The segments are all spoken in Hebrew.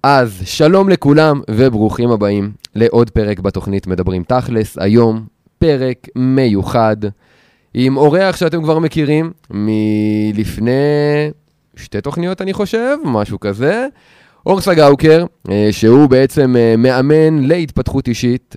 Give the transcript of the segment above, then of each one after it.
אז שלום לכולם וברוכים הבאים לעוד פרק בתוכנית מדברים תכלס. היום פרק מיוחד עם אורח שאתם כבר מכירים מלפני 2 תוכניות אני חושב, משהו כזה. אור סגאוקר, שהוא בעצם מאמן להתפתחות אישית,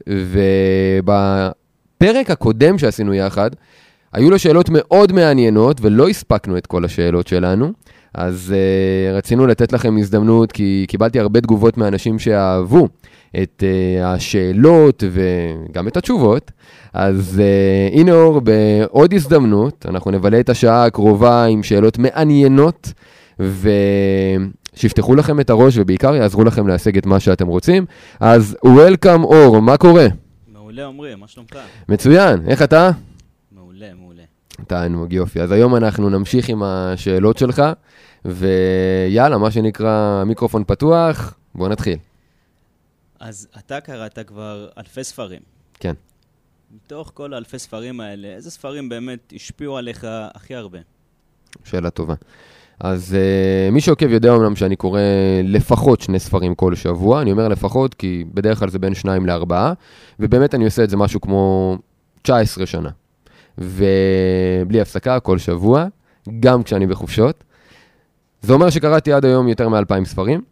ובפרק הקודם שעשינו יחד, היו לו שאלות מאוד מעניינות ולא הספקנו את כל השאלות שלנו. אז רצינו לתת לכם הזדמנות, כי קיבלתי הרבה תגובות מאנשים שאהבו את השאלות וגם את התשובות. אז הנה אור, בעוד הזדמנות, אנחנו נבלה את השעה הקרובה עם שאלות מעניינות, ושיפתחו לכם את הראש ובעיקר יעזרו לכם להשיג את מה שאתם רוצים. אז וולקאם אור, מה קורה? מעולה עומרי, מה שלומך? מצוין, איך אתה? מעולה. תענוג, יופי. אז היום אנחנו נמשיך עם השאלות שלך, ויאללה, מה שנקרא מיקרופון פתוח, בוא נתחיל. אז אתה קראת כבר אלפי ספרים. כן. מתוך כל אלפי ספרים האלה, איזה ספרים באמת השפיעו עליך הכי הרבה? שאלה טובה. אז מי שעוקב יודע אומנם שאני קורא לפחות 2 ספרים כל שבוע. אני אומר לפחות כי בדרך כלל זה בין 2 ל4, ובאמת אני עושה את זה משהו כמו 19 שנה. ובלי הפסקה כל שבוע, גם כשאני בחופשות. זה אומר שקראתי עד היום יותר מ2,000 ספרים,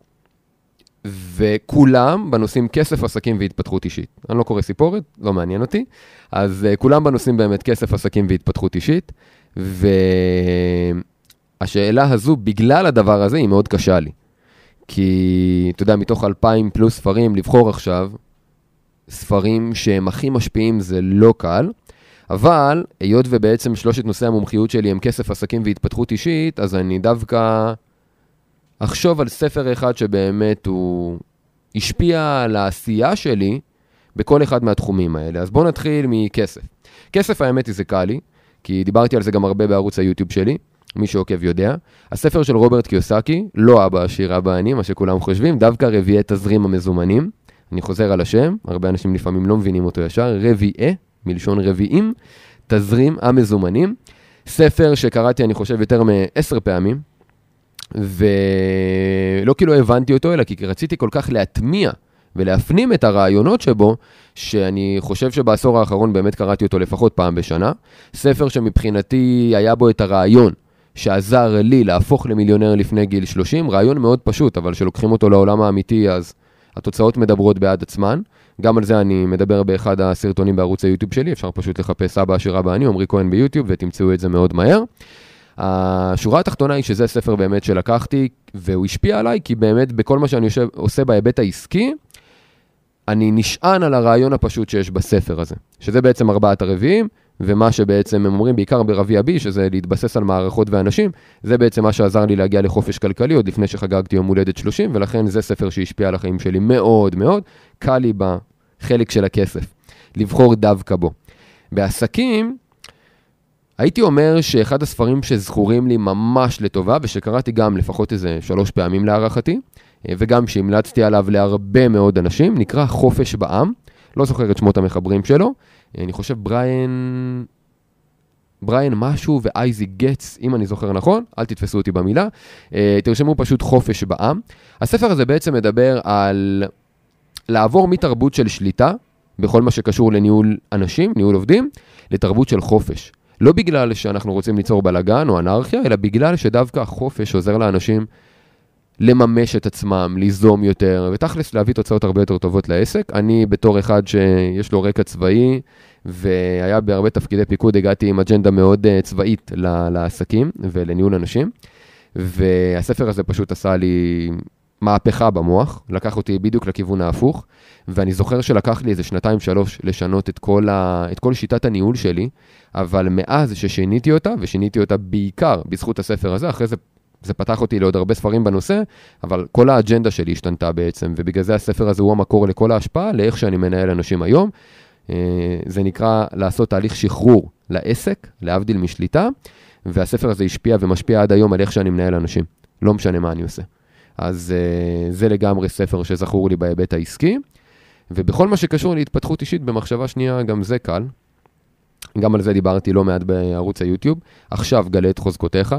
וכולם בנושאים כסף, עסקים והתפתחות אישית. אני לא קורא סיפורת, לא מעניין אותי, אז כולם בנושאים באמת כסף, עסקים והתפתחות אישית, והשאלה הזו, בגלל הדבר הזה, היא מאוד קשה לי. כי, אתה יודע, מתוך 2,000 פלוס ספרים, לבחור עכשיו, ספרים שהם הכי משפיעים זה לא קל, אבל היות ובעצם 3 נושאי המומחיות שלי הם כסף, עסקים והתפתחות אישית, אז אני דווקא אחשוב על ספר אחד שבאמת הוא השפיע על העשייה שלי בכל אחד מהתחומים האלה. אז בואו נתחיל מכסף. כסף האמת היא זה קל לי, כי דיברתי על זה גם הרבה בערוץ היוטיוב שלי, מי שעוקב יודע. הספר של רוברט קיוסקי, לא אבא עשיר אבא עני, מה שכולם חושבים, דווקא רביעי תזרים המזומנים. אני חוזר על השם, הרבה אנשים לפעמים לא מבינים אותו ישר, רביעי, מלשון רביעים, תזרים המזומנים. ספר שקראתי אני חושב יותר מ10 פעמים, ולא כאילו הבנתי אותו, אלא כי רציתי כל כך להטמיע ולהפנים את הרעיונות שבו, שאני חושב שבעשור האחרון באמת קראתי אותו לפחות פעם בשנה. ספר שמבחינתי היה בו את הרעיון שעזר לי להפוך למיליונר לפני גיל 30, רעיון מאוד פשוט, אבל שלוקחים אותו לעולם האמיתי, אז התוצאות מדברות בעד עצמן. גם על זה אני מדבר באחד הסרטונים בערוץ היוטיוב שלי, אפשר פשוט לחפש אבא עשיר אבא עני, עומרי כהן ביוטיוב, ותמצאו את זה מאוד מהר. השורה התחתונה היא שזה ספר באמת שלקחתי, והוא השפיע עליי, כי באמת בכל מה שאני עושה בהיבט העסקי, אני נשען על הרעיון הפשוט שיש בספר הזה, שזה בעצם 4 הרביעים, ומה שבעצם הם אומרים בעיקר ברביע בי, שזה להתבסס על מערכות ואנשים, זה בעצם מה שעזר לי להגיע לחופש כלכלי, עוד לפני שחגגתי יום הולדת 30, ולכן זה ספר שהשפיע על החיים שלי מאוד מאוד, קל לי בחלק של הכסף, לבחור דווקא בו. בעסקים, הייתי אומר שאחד הספרים שזכורים לי ממש לטובה, ושקראתי גם לפחות איזה 3 פעמים להערכתי, וגם שהמלצתי עליו להרבה מאוד אנשים, נקרא חופש בעם, לא זוכר את שמות המחברים שלו, אני חושב בריין משהו ואייזי גץ, אם אני זוכר נכון, אל תתפסו אותי במילה, תרשמו פשוט חופש בעם. הספר הזה בעצם מדבר על לעבור מתרבות של שליטה, בכל מה שקשור לניהול אנשים, ניהול עובדים, לתרבות של חופש. לא בגלל שאנחנו רוצים ליצור בלגן או אנרכיה, אלא בגלל שדווקא החופש עוזר לאנשים לממש את עצמם, ליזום יותר, ותכלס להביא תוצאות הרבה יותר טובות לעסק. אני בתור אחד שיש לו רקע צבאי, והיה בהרבה תפקידי פיקוד, הגעתי עם אג'נדה מאוד צבאית לעסקים ולניהול אנשים, והספר הזה פשוט עשה לי מהפכה במוח, לקח אותי בדיוק לכיוון ההפוך, ואני זוכר שלקח לי איזה 2-3 לשנות את כל שיטת הניהול שלי, אבל מאז ששיניתי אותה, ושיניתי אותה בעיקר בזכות הספר הזה, אחרי זה פתח אותי לעוד הרבה ספרים בנושא, אבל כל האג'נדה שלי השתנתה בעצם, ובגלל זה הספר הזה הוא המקור לכל ההשפעה, לאיך שאני מנהל אנשים היום. זה נקרא לעשות תהליך שחרור לעסק, להבדיל משליטה, והספר הזה השפיע ומשפיע עד היום על איך שאני מנהל אנשים. לא משנה מה אני עושה. אז זה לגמרי ספר שזכור לי בהיבט העסקי, ובכל מה שקשור להתפתחות אישית במחשבה שנייה, גם זה קל. גם על זה דיברתי לא מעט בערוץ היוטיוב. עכשיו גלה את חוזקותיך.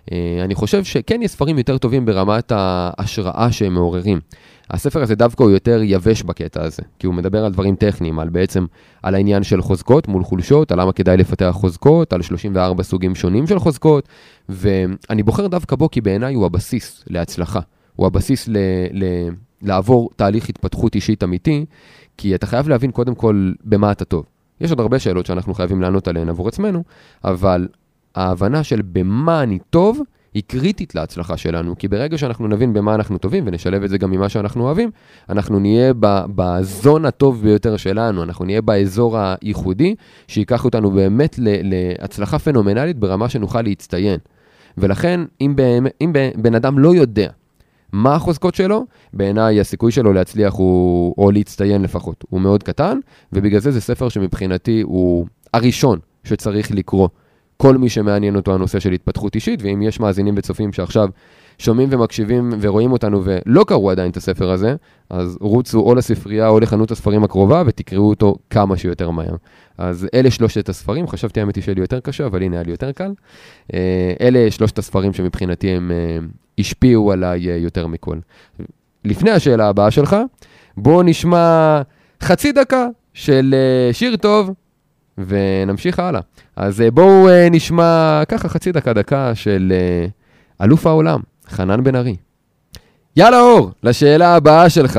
אני חושב שכן יש ספרים יותר טובים ברמת ההשראה שהם מעוררים. הספר הזה דווקא הוא יותר יבש בקטע הזה, כי הוא מדבר על דברים טכניים, על בעצם, על העניין של חוזקות מול חולשות, על למה כדאי לפתח חוזקות, על 34 סוגים שונים של חוזקות, ואני בוחר דווקא בו כי בעיניי הוא הבסיס להצלחה. הוא הבסיס לעבור תהליך התפתחות אישית אמיתי, כי אתה חייב להבין קודם כל במה אתה טוב. יש עוד הרבה שאלות שאנחנו חייבים לענות עליהן עבור עצמנו, אבל ההבנה של במה אני טוב, היא קריטית להצלחה שלנו, כי ברגע שאנחנו נבין במה אנחנו טובים, ונשלב את זה גם ממה שאנחנו אוהבים, אנחנו נהיה בזון הטוב ביותר שלנו, אנחנו נהיה באזור הייחודי, שיקח אותנו באמת להצלחה פנומנלית ברמה שנוכל להצטיין. ולכן, אם בן אדם לא יודע מה החוזקות שלו, בעיניי הסיכוי שלו להצליח הוא, או להצטיין לפחות, הוא מאוד קטן, ובגלל זה ספר שמבחינתי הוא הראשון שצריך לקרוא. כל מי שמעניין אותו הנושא של התפתחות אישית, ואם יש מאזינים וצופים שעכשיו שומעים ומקשיבים ורואים אותנו ולא קראו עדיין את הספר הזה, אז רוצו או לספרייה או לחנות הספרים הקרובה ותקראו אותו כמה שיותר מהר. אז אלה שלושת הספרים, חשבתי האמת שיהיה לי יותר קשה, אבל הנה היה לי יותר קל. אלה שלושת הספרים שמבחינתי הם השפיעו עליי יותר מכל. לפני השאלה הבאה שלך, בוא נשמע חצי דקה של שיר טוב, ונמשיך הלאה. אז בואו נשמע ככה חצי דקה של אלוף העולם, חנן בן ארי. יאללה אור, לשאלה הבאה שלך.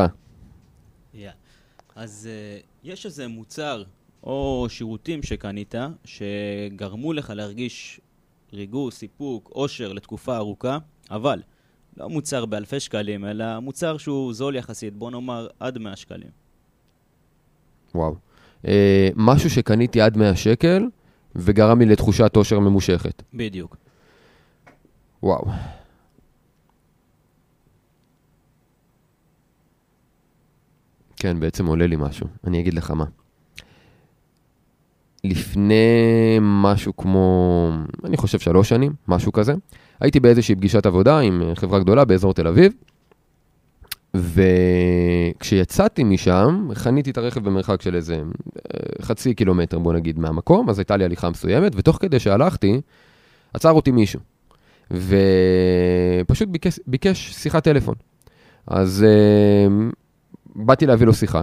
אז יש איזה מוצר או שירותים שקנית שגרמו לך להרגיש ריגוש, סיפוק, אושר לתקופה ארוכה, אבל לא מוצר באלפי שקלים, אלא מוצר שהוא זול יחסית, בוא נאמר עד 100 שקלים. וואו. משהו שקניתי עד 100 שקל, וגרם לי לתחושת אושר ממושכת. בדיוק. וואו. כן, בעצם עולה לי משהו. אני אגיד לך מה. לפני משהו כמו, אני חושב 3 שנים, משהו כזה, הייתי באיזושהי פגישת עבודה עם חברה גדולה באזור תל אביב, וכשיצאתי משם, חניתי את הרכב במרחק של איזה חצי קילומטר, בוא נגיד, מהמקום, אז הייתה לי הליכה מסוימת, ותוך כדי שהלכתי, עצר אותי מישהו, ופשוט ביקש שיחת טלפון. אז באתי להביא לו שיחה,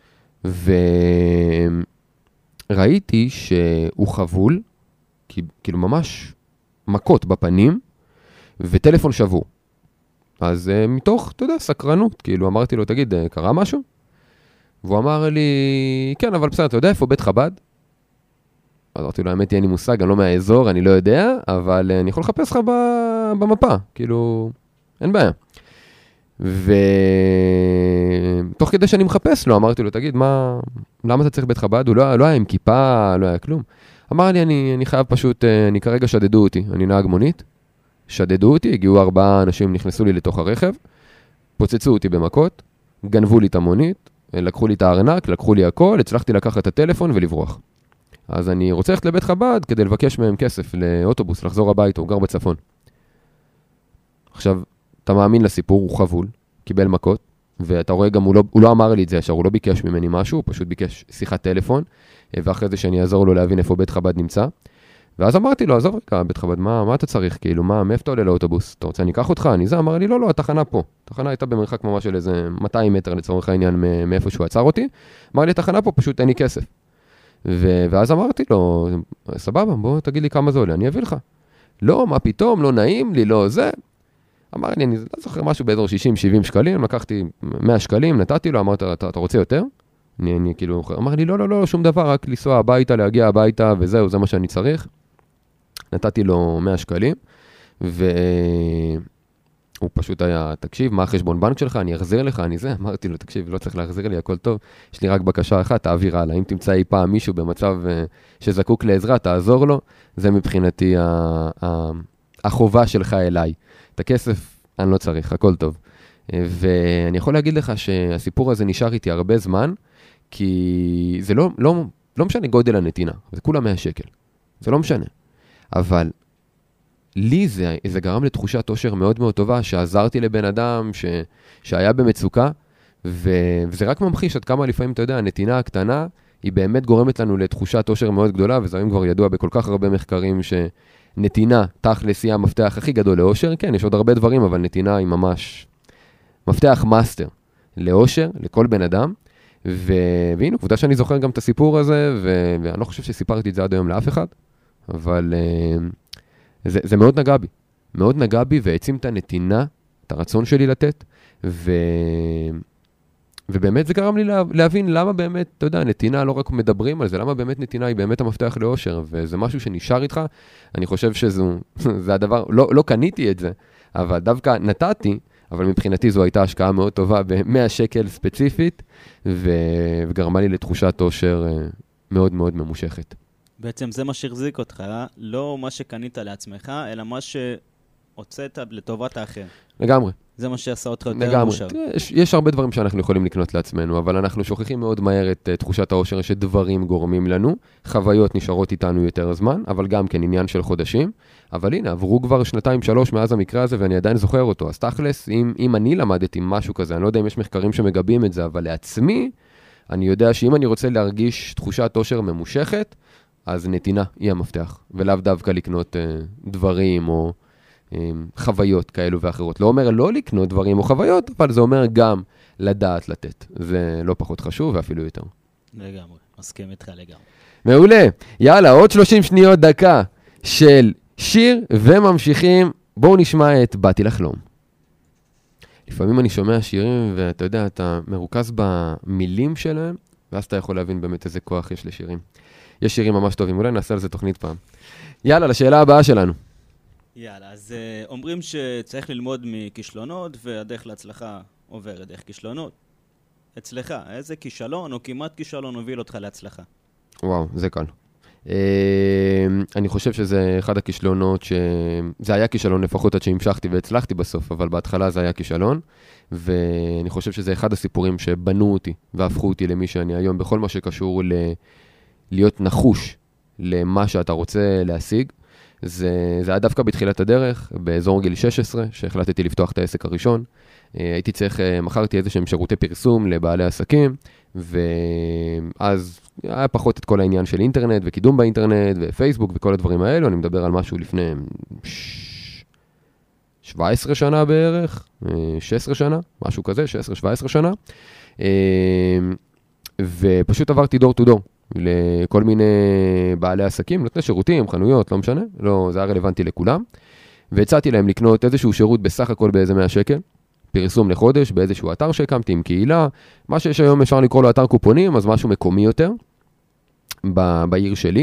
וראיתי שהוא חבול, כאילו ממש מכות בפנים, וטלפון שבור. אז מתוך, אתה יודע, סקרנות, כאילו אמרתי לו, תגיד, קרה משהו? והוא אמר לי, כן, אבל בסדר, אתה יודע איפה בית חב"ד? אז אמרתי לו, האמת, אין לי מושג, אני לא מהאזור, אני לא יודע, אבל אני יכול לחפש לך במפה, כאילו, אין בעיה. ותוך כדי שאני מחפש לו, אמרתי לו, תגיד, למה אתה צריך בית חב"ד? הוא לא היה עם כיפה, לא היה כלום. אמר לי, אני חייב פשוט, אני כרגע שדדו אותי, אני נהג מונית, שדדו אותי, הגיעו 4 אנשים, נכנסו לי לתוך הרכב, פוצצו אותי במכות, גנבו לי את המונית, לקחו לי את הארנק, לקחו לי הכל, הצלחתי לקחת את הטלפון ולברוח. אז אני רוצה ללכת לבית חב"ד כדי לבקש מהם כסף לאוטובוס, לחזור הביתה, הוא גר בצפון. עכשיו, אתה מאמין לסיפור, הוא חבול, קיבל מכות, ואתה רואה גם, הוא לא אמר לי את זה, הוא לא ביקש ממני משהו, הוא פשוט ביקש שיחת טלפון, ואחרי זה שאני אעזור לו להבין איפה בית חב"ד נמצא. ואז אמרתי לו, עזוב רגע, בית חב"ד, מה אתה צריך? כאילו, מאיפה אתה עולה לאוטובוס? אתה רוצה, אני אקח אותך? אני זה, אמר לי, לא, התחנה פה. התחנה הייתה במרחק ממש של איזה 200 מטר לצורך העניין מאיפה שהוא עצר אותי. אמר לי, התחנה פה, פשוט אין לי כסף. ואז אמרתי לו, סבבה, בוא תגיד לי כמה זה עולה, אני אביא לך. לא, מה פתאום, לא נעים לי, לא זה. אמר לי, אני לא זוכר משהו באזור 60-70 שקלים, לקחתי 100 שקלים, נתתי לו, אמרת, אתה רוצה יותר? אני כאילו, אמר לי, לא, שום דבר, רק לנסוע הביתה, להגיע הביתה, וזהו, זה מה שאני צריך. נתתי לו 100 שקלים, והוא פשוט היה, תקשיב, מה החשבון בנק שלך? אני אחזיר לך, אני זה. אמרתי לו, תקשיב, לא צריך להחזיר לי, הכל טוב. יש לי רק בקשה אחת, תעביר הלאה. אם תמצא אי פעם מישהו במצב שזקוק לעזרה, תעזור לו. זה מבחינתי החובה שלך אליי. את הכסף אני לא צריך, הכל טוב. ואני יכול להגיד לך שהסיפור הזה נשאר איתי הרבה זמן, כי זה לא משנה גודל הנתינה, זה כולה 100 שקל. זה לא משנה. אבל לי זה גרם לתחושת אושר מאוד מאוד טובה, שעזרתי לבן אדם שהיה במצוקה, וזה רק ממחיש עד כמה לפעמים, אתה יודע, הנתינה הקטנה, היא באמת גורמת לנו לתחושת אושר מאוד גדולה, וזה היום כבר ידוע בכל כך הרבה מחקרים נתינה, תכלס היא המפתח הכי גדול לאושר, כן, יש עוד הרבה דברים, אבל נתינה היא ממש מפתח מאסטר לאושר, לכל בן אדם, והנה, עובדה שאני זוכר גם את הסיפור הזה, ואני לא חושב שסיפרתי את זה עד היום לאף אחד, אבל זה מאוד נגע בי. מאוד נגע בי והעצים את הנתינה, את הרצון שלי לתת, ובאמת זה גרם לי להבין למה באמת, אתה יודע, נתינה, לא רק מדברים על זה, למה באמת נתינה היא באמת המפתח לאושר, וזה משהו שנשאר איתך, אני חושב שזה הדבר, לא קניתי את זה, אבל דווקא נתתי, אבל מבחינתי זו הייתה השקעה מאוד טובה ב-100 שקל ספציפית, וגרמה לי לתחושת אושר מאוד מאוד ממושכת. בעצם זה מה שהחזיק אותך, לא מה שקנית לעצמך, אלא מה שהוצאת לטובת האחר. לגמרי. זה מה שעשה אותך יותר מאושר. יש הרבה דברים שאנחנו יכולים לקנות לעצמנו, אבל אנחנו שוכחים מאוד מהר את תחושת האושר שדברים גורמים לנו. חוויות נשארות איתנו יותר זמן, אבל גם כן עניין של חודשים. אבל הנה, עברו כבר 2-3 מאז המקרה הזה, ואני עדיין זוכר אותו. אז תכלס, אם אני למדתי משהו כזה, אני לא יודע אם יש מחקרים שמגבים את זה, אבל לעצמי, אני יודע שאם אני רוצה להרגיש תחושת אושר ממושכת, אז נתינה היא המפתח, ולאו דווקא לקנות דברים או חוויות כאלו ואחרות. לא אומר לא לקנות דברים או חוויות, אבל זה אומר גם לדעת לתת. זה לא פחות חשוב ואפילו יותר. לגמרי, מסכים איתך לגמרי. מעולה. יאללה, עוד 30 שניות דקה של שיר וממשיכים. בואו נשמע את באתי לחלום. לפעמים אני שומע שירים ואתה יודע, אתה מרוכז במילים שלהם, ואז אתה יכול להבין באמת איזה כוח יש לשירים. יש שירים ממש טובים, אולי נעשה על זה תוכנית פעם. יאללה, לשאלה הבאה שלנו. יאללה, אז אומרים שצריך ללמוד מכישלונות, והדרך להצלחה עוברת דרך כישלונות. אצלך, איזה כישלון או כמעט כישלון הוביל אותך להצלחה? וואו, זה קל. אני חושב שזה אחד הכישלונות, זה היה כישלון לפחות עד שהמשכתי והצלחתי בסוף, אבל בהתחלה זה היה כישלון, ואני חושב שזה אחד הסיפורים שבנו אותי והפכו אותי למי שאני היום, בכל מה שקשור להיות נחוש למה שאתה רוצה להשיג. זה היה דווקא בתחילת הדרך, באזור גיל 16, שהחלטתי לפתוח את העסק הראשון. הייתי צריך, מכרתי איזה שהם שירותי פרסום לבעלי עסקים, ואז היה פחות את כל העניין של אינטרנט, וקידום באינטרנט, ופייסבוק, וכל הדברים האלו. אני מדבר על משהו לפני 17 שנה בערך, 16 שנה, משהו כזה, 16-17 שנה. ופשוט עברתי דור טו דור. לכל מיני בעלי עסקים, נותני שירותים, חנויות, לא משנה, לא, זה היה רלוונטי לכולם, והצעתי להם לקנות איזשהו שירות בסך הכל באיזה 100 שקל, פרסום לחודש באיזשהו אתר שהקמתי עם קהילה, מה שיש היום אפשר לקרוא לו אתר קופונים, אז משהו מקומי יותר, בעיר שלי,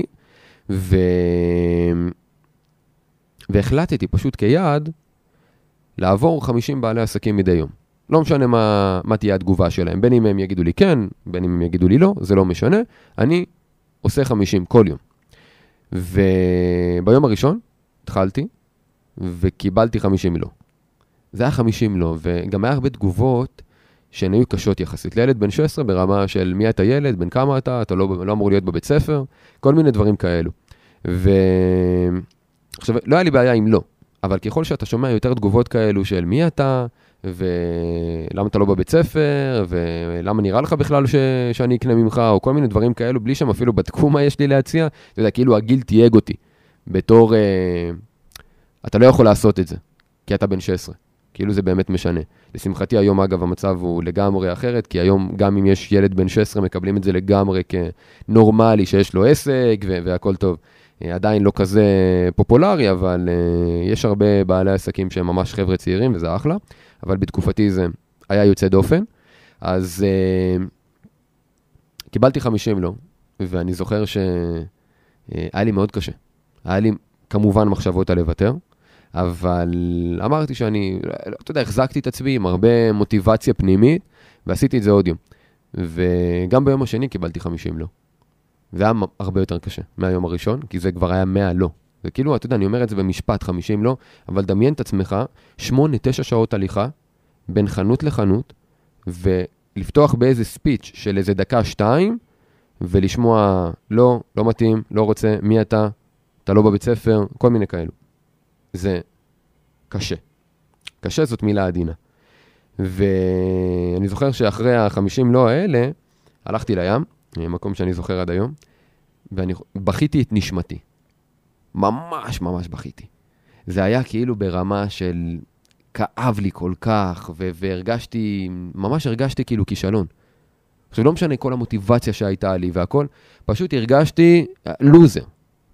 והחלטתי פשוט כיעד, לעבור 50 בעלי עסקים מדי יום. לא משנה מה תהיה התגובה שלהם, בין אם הם יגידו לי כן, בין אם הם יגידו לי לא, זה לא משנה, אני עושה 50 כל יום. וביום הראשון התחלתי, וקיבלתי 50 לא. זה היה 50 לא, וגם היה הרבה תגובות שהן היו קשות יחסית. לילד בן 16 ברמה של מי אתה ילד, בין כמה אתה לא אמור להיות בבית ספר, כל מיני דברים כאלו. עכשיו, לא היה לי בעיה עם לא, אבל ככל שאתה שומע יותר תגובות כאלו של מי אתה, ולמה אתה לא בבית ספר, ולמה נראה לך בכלל שאני אקנה ממך, או כל מיני דברים כאלו, בלי שהם אפילו בדקו מה יש לי להציע, אתה יודע, כאילו הגיל תייג אותי, בתור, אתה לא יכול לעשות את זה, כי אתה בן 16, כאילו זה באמת משנה. לשמחתי היום, אגב, המצב הוא לגמרי אחרת, כי היום גם אם יש ילד בן 16, מקבלים את זה לגמרי כנורמלי, שיש לו עסק, והכל טוב. עדיין לא כזה פופולרי, אבל יש הרבה בעלי עסקים שהם ממש חבר'ה צעירים, וזה אחלה. אבל בתקופתי זה היה יוצא דופן. אז קיבלתי 50 לא, ואני זוכר שהיה לי מאוד קשה. היה לי כמובן מחשבות על לוותר, אבל אמרתי שאני, אתה יודע, החזקתי את עצמי עם הרבה מוטיבציה פנימית, ועשיתי את זה עוד יום. וגם ביום השני קיבלתי 50 לא. זה היה הרבה יותר קשה מהיום הראשון, כי זה כבר היה 100 לא. זה כאילו, אתה יודע, אני אומר את זה במשפט, 50 לא, אבל דמיין את עצמך, 8-9 שעות הליכה, בין חנות לחנות, ולפתוח באיזה ספיץ' של איזה דקה 2, ולשמוע, לא מתאים, לא רוצה, מי אתה לא בבית ספר, כל מיני כאלו. זה קשה. קשה זאת מילה עדינה. ואני זוכר שאחרי ה-50 לא האלה, הלכתי לים, מקום שאני זוכר עד היום, ואני בכיתי את נשמתי. ממש ממש בכיתי. זה היה כאילו ברמה של כאב לי כל כך, והרגשתי, ממש הרגשתי כאילו כישלון. עכשיו לא משנה כל המוטיבציה שהייתה לי והכל, פשוט הרגשתי לוזר.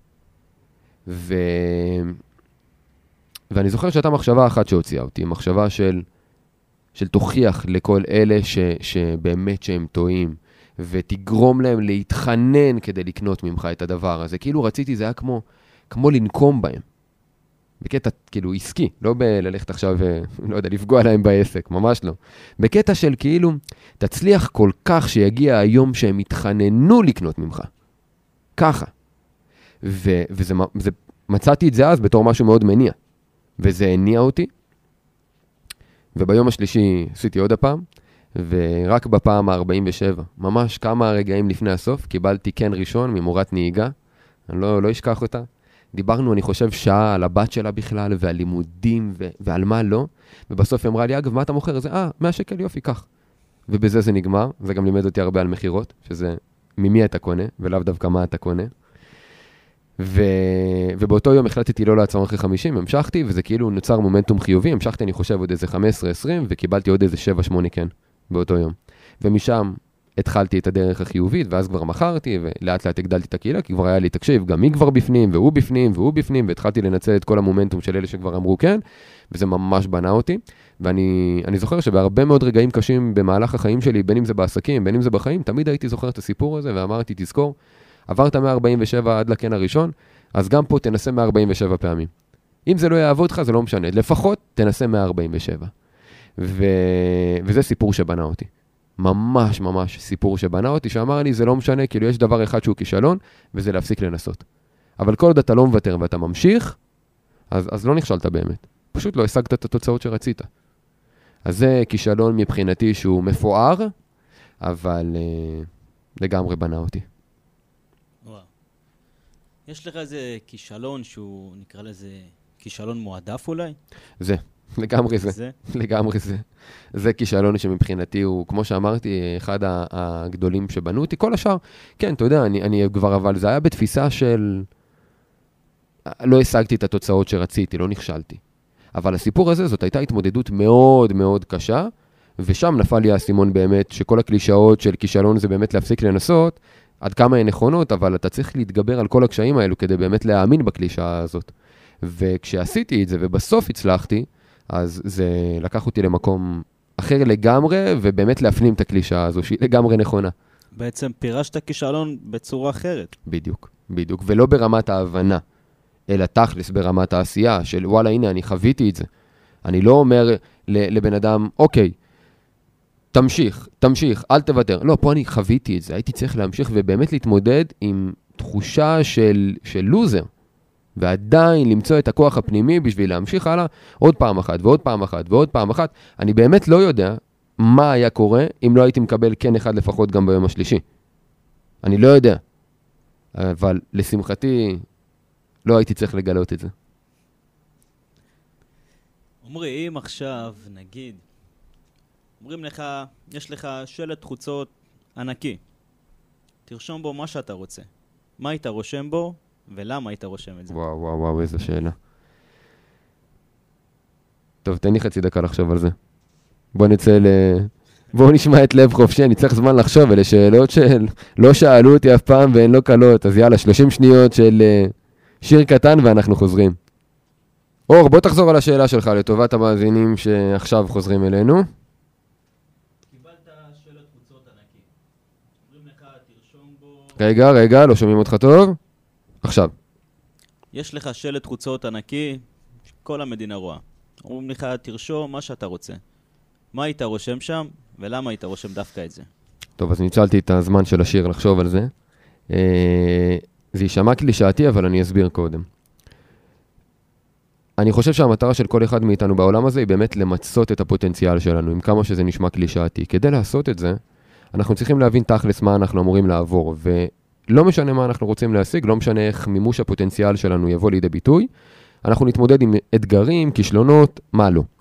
ואני זוכר שהייתה מחשבה אחת שהוציאה אותי, מחשבה של תוכיח לכל אלה שבאמת שהם טועים, ותגרום להם להתחנן כדי לקנות ממך את הדבר הזה. כאילו רציתי, זה היה כמו לנקום בהם. בקטע כאילו עסקי, לא ללכת עכשיו, לא יודע, לפגוע להם בעסק, ממש לא. בקטע של כאילו, תצליח כל כך שיגיע היום שהם יתחננו לקנות ממך. ככה. מצאתי את זה אז בתור משהו מאוד מניע. וזה הניע אותי. וביום השלישי עשיתי עוד הפעם, ורק בפעם ה-47, ממש כמה רגעים לפני הסוף, קיבלתי כן ראשון ממורת נהיגה, אני לא אשכח אותה. דיברנו, אני חושב, שעה על הבת שלה בכלל, ועל לימודים, ועל מה לא, ובסוף היא אמרה לי, אגב, מה אתה מוכר? זה, 100 שקל, יופי, כך. ובזה זה נגמר, זה גם לימד אותי הרבה על מחירות, שזה ממי אתה קונה, ולאו דווקא מה אתה קונה. ובאותו יום החלטתי לא לעצור אחרי 50, המשכתי, וזה כאילו נוצר מומנטום חיובי, המשכתי, אני חושב, עוד איזה 15-20, וקיבלתי עוד איזה 7-8 כן, באותו יום. ומשם התחלתי את הדרך החיובית, ואז כבר מכרתי, ולאט לאט הגדלתי את הקהילה, כי כבר היה לי תקשיב, גם מי כבר בפנים, והוא בפנים, והוא בפנים, והתחלתי לנצל את כל המומנטום של אלה שכבר אמרו כן, וזה ממש בנה אותי, ואני זוכר שבהרבה מאוד רגעים קשים במהלך החיים שלי, בין אם זה בעסקים, בין אם זה בחיים, תמיד הייתי זוכר את הסיפור הזה, ואמרתי, תזכור, עברת 147 עד לכן הראשון, אז גם פה תנסה 147 פעמים. אם זה לא יעבוד לך, זה לא משנה. לפחות תנסה 147. וזה סיפור שבנה אותי. ממש ממש סיפור שבנה אותי, שאמר לי, זה לא משנה, כאילו יש דבר אחד שהוא כישלון, וזה להפסיק לנסות. אבל כל עוד אתה לא מוותר ואתה ממשיך, אז לא נכשלת באמת. פשוט לא השגת את התוצאות שרצית. אז זה כישלון מבחינתי שהוא מפואר, אבל לגמרי בנה אותי. יש לך איזה כישלון שהוא, נקרא לזה, כישלון מועדף אולי? זה, לגמרי זה. לגמרי זה. זה כישלון שמבחינתי הוא, כמו שאמרתי, אחד הגדולים שבנו אותי. כל השאר, כן, אתה יודע, אני כבר, אבל זה היה בתפיסה של, לא השגתי את התוצאות שרציתי, לא נכשלתי. אבל הסיפור הזה, זאת הייתה התמודדות מאוד מאוד קשה, ושם נפל לי הסימון באמת, שכל הקלישאות של כישלון זה באמת להפסיק לנסות, עד כמה הן נכונות, אבל אתה צריך להתגבר על כל הקשיים האלו, כדי באמת להאמין בקלישה הזאת. וכשעשיתי את זה, ובסוף הצלחתי, אז זה לקח אותי למקום אחר לגמרי, ובאמת להפנים את הקלישה הזו, שהיא לגמרי נכונה. בעצם פירשת כישלון בצורה אחרת. בדיוק, בדיוק. ולא ברמת ההבנה, אלא תכלס ברמת העשייה, של וואלה, הנה, אני חוויתי את זה. אני לא אומר לבן אדם, אוקיי, תמשיך, אל תוותר. לא, פה אני חוויתי את זה, הייתי צריך להמשיך ובאמת להתמודד עם תחושה של לוזר, ועדיין למצוא את הכוח הפנימי בשביל להמשיך הלאה עוד פעם אחת ועוד פעם אחת ועוד פעם אחת. אני באמת לא יודע מה היה קורה אם לא הייתי מקבל כן אחד לפחות גם ביום השלישי. אני לא יודע, אבל לשמחתי לא הייתי צריך לגלות את זה. עומרי, אם עכשיו נגיד, אומרים לך, יש לך שלט חוצות ענקי. תרשום בו מה שאתה רוצה. מה היית רושם בו, ולמה היית רושם את זה? וואו, איזו שאלה. טוב, תן לי חצי דקה לחשוב על זה. בואו נשמע את לב חופשי, אני צריך זמן לחשוב, אלה שאלות שלא שאלו אותי אף פעם והן לא קלות. אז יאללה, 30 שניות של שיר קטן ואנחנו חוזרים. אור, בוא תחזור על השאלה שלך לטובת המאזינים שעכשיו חוזרים אלינו. רגע, לא שומעים אותך טוב. עכשיו. יש לך שלט חוצות ענקי, כל המדינה רואה. אומרים לך, תרשום מה שאתה רוצה. מה היית רושם שם, ולמה היית רושם דווקא את זה? טוב, אז ניצלתי את הזמן של השיר לחשוב על זה. זה יישמע קלישאתי, אבל אני אסביר קודם. אני חושב שהמטרה של כל אחד מאיתנו בעולם הזה היא באמת למצות את הפוטנציאל שלנו, עם כמה שזה נשמע קלישאתי. כדי לעשות את זה, אנחנו צריכים להבין תכלס מה אנחנו אמורים לעבור, ולא משנה מה אנחנו רוצים להשיג, לא משנה איך מימוש הפוטנציאל שלנו יבוא לידי ביטוי, אנחנו נתמודד עם אתגרים, כישלונות, מה לא.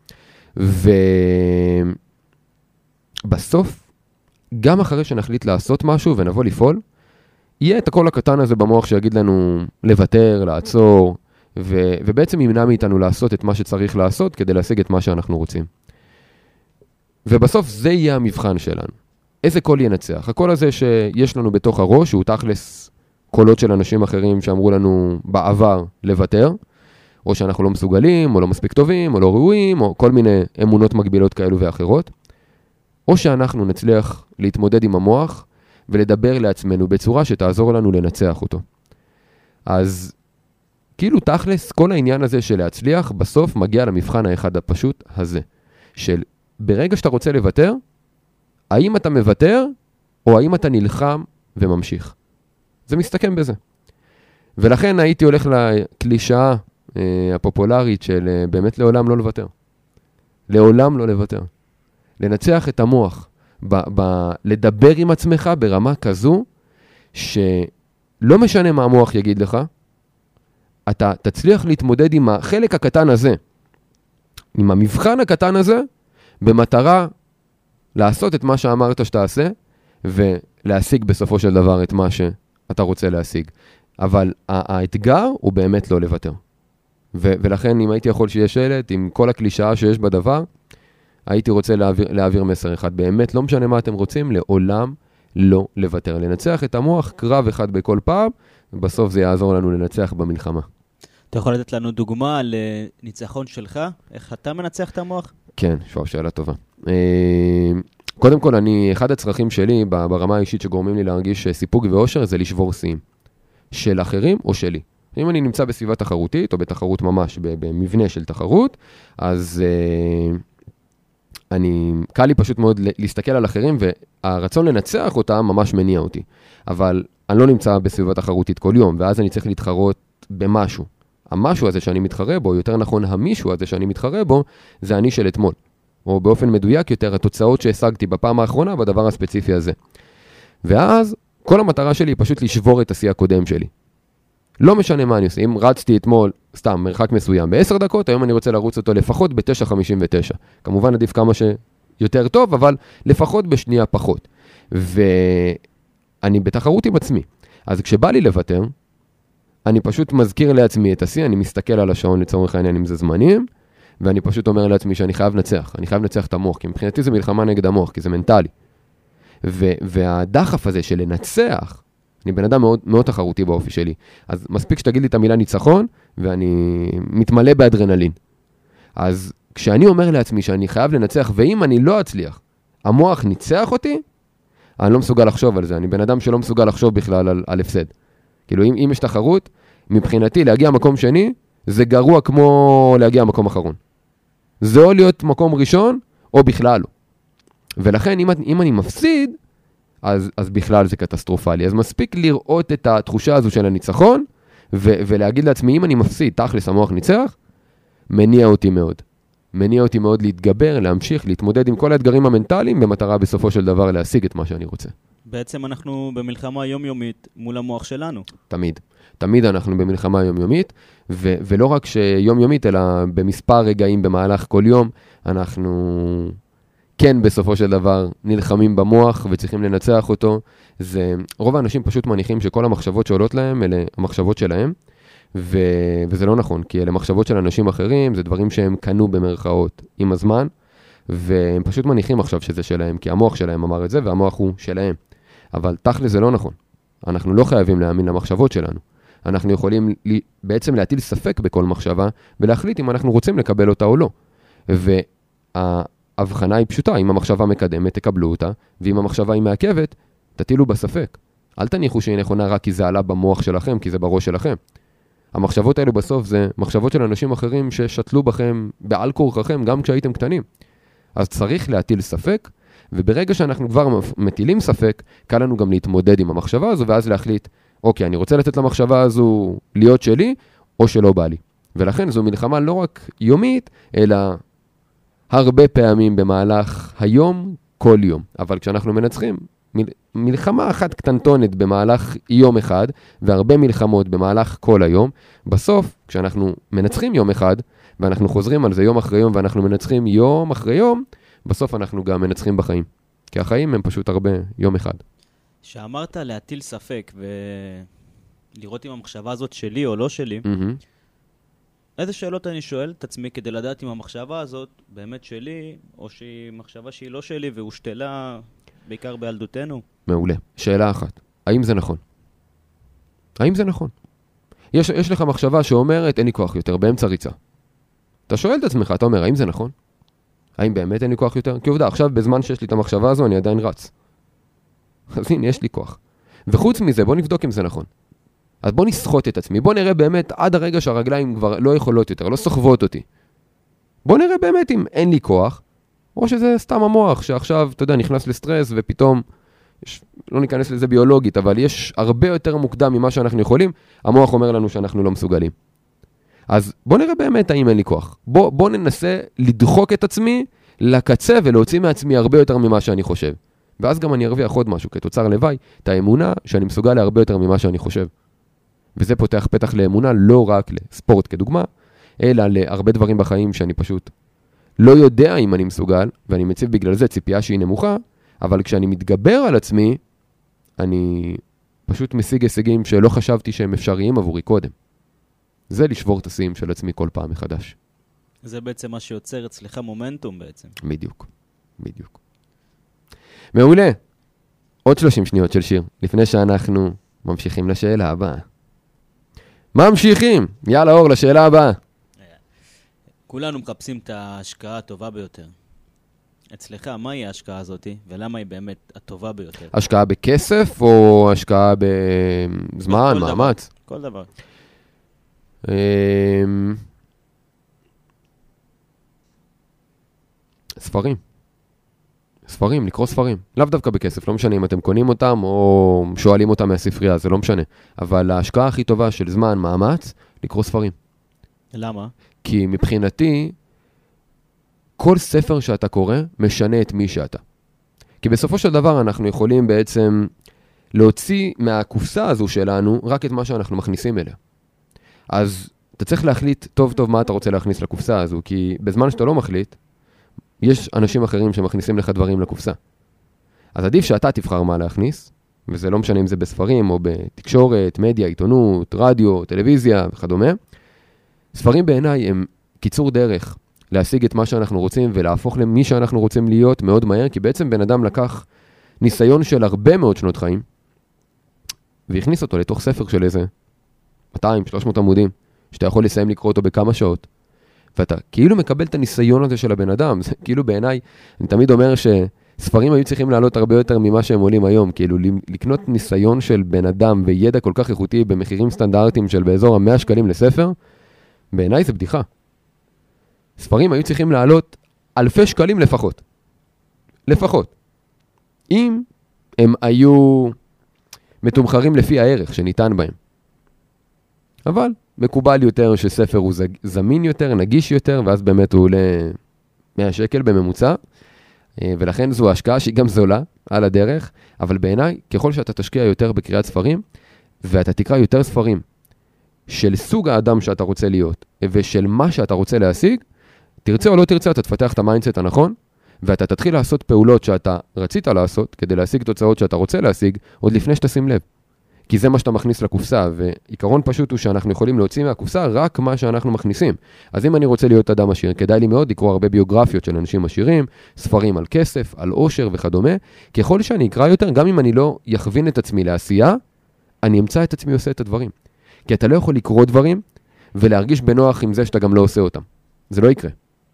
ובסוף, גם אחרי שנחליט לעשות משהו ונבוא לפעול, יהיה את הקול הקטן הזה במוח שיגיד לנו לוותר, לעצור, ובעצם ימנע מאיתנו לעשות את מה שצריך לעשות כדי להשיג את מה שאנחנו רוצים. ובסוף זה יהיה המבחן שלנו. איזה קול ינצח? הקול הזה שיש לנו בתוך הראש, הוא תכלס קולות של אנשים אחרים שאמרו לנו בעבר לוותר, או שאנחנו לא מסוגלים, או לא מספיק טובים, או לא ראויים, או כל מיני אמונות מגבילות כאלו ואחרות, או שאנחנו נצליח להתמודד עם המוח ולדבר לעצמנו בצורה שתעזור לנו לנצח אותו. אז כאילו תכלס, כל העניין הזה של להצליח, בסוף מגיע למבחן האחד הפשוט הזה, של ברגע שאתה רוצה לוותר, האם אתה מוותר, או האם אתה נלחם וממשיך. זה מסתכם בזה. ולכן הייתי הולך לקלישאה הפופולרית של באמת לעולם לא לוותר. לעולם לא לוותר. לנצח את המוח, לדבר עם עצמך ברמה כזו, שלא משנה מה המוח יגיד לך, אתה תצליח להתמודד עם החלק הקטן הזה, עם המבחן הקטן הזה, במטרה לעשות את מה שאמרת שתעשה, ולהשיג בסופו של דבר את מה שאתה רוצה להשיג. אבל האתגר הוא באמת לא לוותר. ולכן אם הייתי יכול שיהיה שלט, עם כל הקלישאה שיש בדבר, הייתי רוצה להעביר מסר אחד. באמת לא משנה מה אתם רוצים, לעולם לא לוותר. לנצח את המוח, קרב אחד בכל פעם, ובסוף זה יעזור לנו לנצח במלחמה. אתה יכול לתת לנו דוגמה על ניצחון שלך? איך אתה מנצח את המוח? כן, שאלה טובה. קודם כל, אחד הצרכים שלי ברמה האישית שגורמים לי להרגיש סיפוק ואושר, זה לשבור שיאים. של אחרים או שלי. אם אני נמצא בסביבה תחרותית, או בתחרות ממש, במבנה של תחרות, אז קל לי פשוט מאוד להסתכל על אחרים, והרצון לנצח אותם ממש מניע אותי. אבל אני לא נמצא בסביבה תחרותית כל יום, ואז אני צריך להתחרות במשהו. המשהו הזה שאני מתחרה בו, יותר נכון המישהו הזה שאני מתחרה בו, זה אני של אתמול. או באופן מדויק יותר, התוצאות שהשגתי בפעם האחרונה, בדבר הספציפי הזה. ואז, כל המטרה שלי היא פשוט לשבור את השיא הקודם שלי. לא משנה מה אני עושה. אם רצתי אתמול, סתם, מרחק מסוים, ב10 דקות, היום אני רוצה לרוץ אותו לפחות ב9:59. כמובן עדיף כמה שיותר טוב, אבל לפחות בשנייה פחות. ואני בתחרות עם עצמי. אז כשבא לי לוותר, אני פשוט מזכיר לעצמי את השיא, אני מסתכל על השעון לצורך העניין אם זה זמנים, ואני פשוט אומר לעצמי שאני חייב לנצח. אני חייב לנצח את המוח, כי מבחינתי זה מלחמה נגד המוח, כי זה מנטלי. והדחף הזה של לנצח, אני בן אדם מאוד, מאוד תחרותי באופי שלי. אז מספיק שתגיד לי את המילה ניצחון, ואני מתמלא באדרנלין. אז כשאני אומר לעצמי שאני חייב לנצח, ואם אני לא אצליח, המוח ניצח אותי, אני לא מסוגל לחשוב על זה. אני בן אדם שלא מסוגל לחשוב בכלל על הפסד. כאילו, אם יש תחרות, מבחינתי להגיע מקום שני, זה גרוע כמו להגיע מקום אחרון. זה או להיות מקום ראשון, או בכלל לא. ולכן, אם אני מפסיד, אז בכלל זה קטסטרופלי. אז מספיק לראות את התחושה הזו של הניצחון, ולהגיד לעצמי, אם אני מפסיד, תכלס המוח ניצח, מניע אותי מאוד. מניע אותי מאוד להתגבר, להמשיך, להתמודד עם כל האתגרים המנטליים, במטרה בסופו של דבר להשיג את מה שאני רוצה. בעצם אנחנו במלחמה יומיומית מול המוח שלנו. תמיד. תמיד אנחנו במלחמה יומיומית, ולא רק שיומיומית, אלא במספר רגעים במהלך כל יום, אנחנו כן בסופו של דבר נלחמים במוח וצריכים לנצח אותו. רוב האנשים פשוט מניחים שכל המחשבות שעולות להם, אלה המחשבות שלהם, וזה לא נכון, כי אלה מחשבות של אנשים אחרים, זה דברים שהם קנו במרכאות עם הזמן, והם פשוט מניחים עכשיו שזה שלהם, כי המוח שלהם אמר את זה, והמוח הוא שלהם. אבל תכל'ס זה לא נכון. אנחנו לא חייבים להאמין למחשבות שלנו. אנחנו יכולים בעצם להטיל ספק בכל מחשבה, ולהחליט אם אנחנו רוצים לקבל אותה או לא. וההבחנה היא פשוטה, אם המחשבה מקדמת, תקבלו אותה, ואם המחשבה היא מעכבת, תטילו בספק. אל תניחו שהיא נכונה רק כי זה עלה במוח שלכם, כי זה בראש שלכם. המחשבות האלו בסוף זה מחשבות של אנשים אחרים ששתלו בכם בעל כורחכם, גם כשהייתם קטנים. אז צריך להטיל ספק, וברגע שאנחנו כבר מטילים ספק, קל לנו גם להתמודד עם המחשבה הזו, ואז להחליט, אוקיי, אני רוצה לתת למחשבה הזו להיות שלי, או שלא בא לי. ולכן זו מלחמה לא רק יומית, אלא הרבה פעמים במהלך היום, כל יום. אבל כשאנחנו מנצחים, מלחמה אחת קטנטונת במהלך יום אחד, והרבה מלחמות במהלך כל היום, בסוף, כשאנחנו מנצחים יום אחד, ואנחנו חוזרים על זה יום אחרי יום, ואנחנו מנצחים יום אחרי יום, בסוף אנחנו גם מנצחים בחיים. כי החיים הם פשוט הרבה יום אחד. שאמרת להטיל ספק ולראות אם המחשבה הזאת שלי או לא שלי, איזה שאלות אני שואל את עצמי כדי לדעת אם המחשבה הזאת באמת שלי, או שהיא מחשבה שהיא לא שלי והושתלה בעיקר בילדותנו? מעולה. שאלה אחת, האם זה נכון? האם זה נכון? יש לך מחשבה שאומרת, אין לי כוח יותר, באמצע ריצה. אתה שואל את עצמך, אתה אומר, האם זה נכון? האם באמת אין לי כוח יותר? כי עובדה, עכשיו בזמן שיש לי את המחשבה הזו, אני עדיין רץ. אז הנה, יש לי כוח. וחוץ מזה, בוא נבדוק אם זה נכון. אז בוא נסחוט את עצמי, בוא נראה באמת עד הרגע שהרגליים כבר לא יכולות יותר, לא סוחבות אותי. בוא נראה באמת אם אין לי כוח, או שזה סתם המוח שעכשיו, אתה יודע, נכנס לסטרס ופתאום, לא ניכנס לזה ביולוגית, אבל יש הרבה יותר מוקדם ממה שאנחנו יכולים, המוח אומר לנו שאנחנו לא מסוגלים. אז בוא נראה באמת האם אין לי כוח. בוא ננסה לדחוק את עצמי לקצה ולהוציא מעצמי הרבה יותר ממה שאני חושב. ואז גם אני ארוויח עוד משהו כתוצר לוואי, את האמונה שאני מסוגל להרבה יותר ממה שאני חושב. וזה פותח פתח לאמונה לא רק לספורט כדוגמה, אלא להרבה דברים בחיים שאני פשוט לא יודע אם אני מסוגל, ואני מציב בגלל זה ציפייה שהיא נמוכה, אבל כשאני מתגבר על עצמי, אני פשוט משיג הישגים שלא חשבתי שהם אפשריים עבורי קודם. זה לשבור את השיאים של עצמי כל פעם מחדש. זה בעצם מה שיוצר אצלך מומנטום בעצם. בדיוק, בדיוק. מעולה. עוד 30 שניות של שיר, לפני שאנחנו ממשיכים לשאלה הבאה. ממשיכים! יאללה אור, לשאלה הבאה. כולנו מחפשים את ההשקעה הטובה ביותר. אצלך, מהי ההשקעה הזאת, ולמה היא באמת הטובה ביותר? השקעה בכסף או השקעה בזמן, מאמץ? כל דבר. ספרים. ספרים, לקרוא ספרים. לאו דווקא בכסף, לא משנה אם אתם קונים אותם או שואלים אותם מהספרייה, זה לא משנה. אבל ההשקעה הכי טובה של זמן, מאמץ, לקרוא ספרים. למה? כי מבחינתי, כל ספר שאתה קורא משנה את מי שאתה. כי בסופו של דבר אנחנו יכולים בעצם להוציא מהקופסה הזו שלנו רק את מה שאנחנו מכניסים אליה. אז אתה צריך להחליט טוב טוב מה אתה רוצה להכניס לקופסה הזו, כי בזמן שאתה לא מחליט, יש אנשים אחרים שמכניסים לך דברים לקופסה. אז עדיף שאתה תבחר מה להכניס, וזה לא משנה אם זה בספרים או בתקשורת, מדיה, עיתונות, רדיו, טלוויזיה וכדומה. ספרים בעיניי הם קיצור דרך להשיג את מה שאנחנו רוצים ולהפוך למי שאנחנו רוצים להיות מאוד מהר, כי בעצם בן אדם לקח ניסיון של הרבה מאוד שנות חיים, והכניס אותו לתוך ספר של איזה 200-300 עמודים, שאתה יכול לסיים לקרוא אותו בכמה שעות, ואתה כאילו מקבל את הניסיון הזה של הבן אדם. זה כאילו בעיניי, אני תמיד אומר שספרים היו צריכים לעלות הרבה יותר ממה שהם עולים היום, כאילו לקנות ניסיון של בן אדם וידע כל כך איכותי במחירים סטנדרטיים של באזור 100 שקלים לספר, בעיניי זה בדיחה. ספרים היו צריכים לעלות אלפי שקלים לפחות. לפחות. אם הם היו מתומחרים לפי הערך שניתן בהם. אבל מקובל יותר שספר הוא זמין יותר, נגיש יותר, ואז באמת הוא עולה 100 שקל בממוצע, ולכן זו השקעה שהיא גם זולה על הדרך, אבל בעיניי, ככל שאתה תשקיע יותר בקריאת ספרים, ואתה תקרא יותר ספרים של סוג האדם שאתה רוצה להיות, ושל מה שאתה רוצה להשיג, תרצה או לא תרצה, אתה תפתח את המיינדסט הנכון, ואתה תתחיל לעשות פעולות שאתה רצית לעשות, כדי להשיג תוצאות שאתה רוצה להשיג, עוד לפני שתשים לב. כי זה מה שאתה מכניס לקופסה, ועיקרון פשוט הוא שאנחנו יכולים להוציא מהקופסה רק מה שאנחנו מכניסים. אז אם אני רוצה להיות אדם עשיר, כדאי לי מאוד לקרוא הרבה ביוגרפיות של אנשים עשירים, ספרים על כסף, על עושר וכדומה. ככל שאני אקרא יותר, גם אם אני לא יכווין את עצמי לעשייה, אני אמצא את עצמי עושה את הדברים. כי אתה לא יכול לקרוא דברים ולהרגיש בנוח עם זה שאתה גם לא עושה אותם. זה לא יקרה.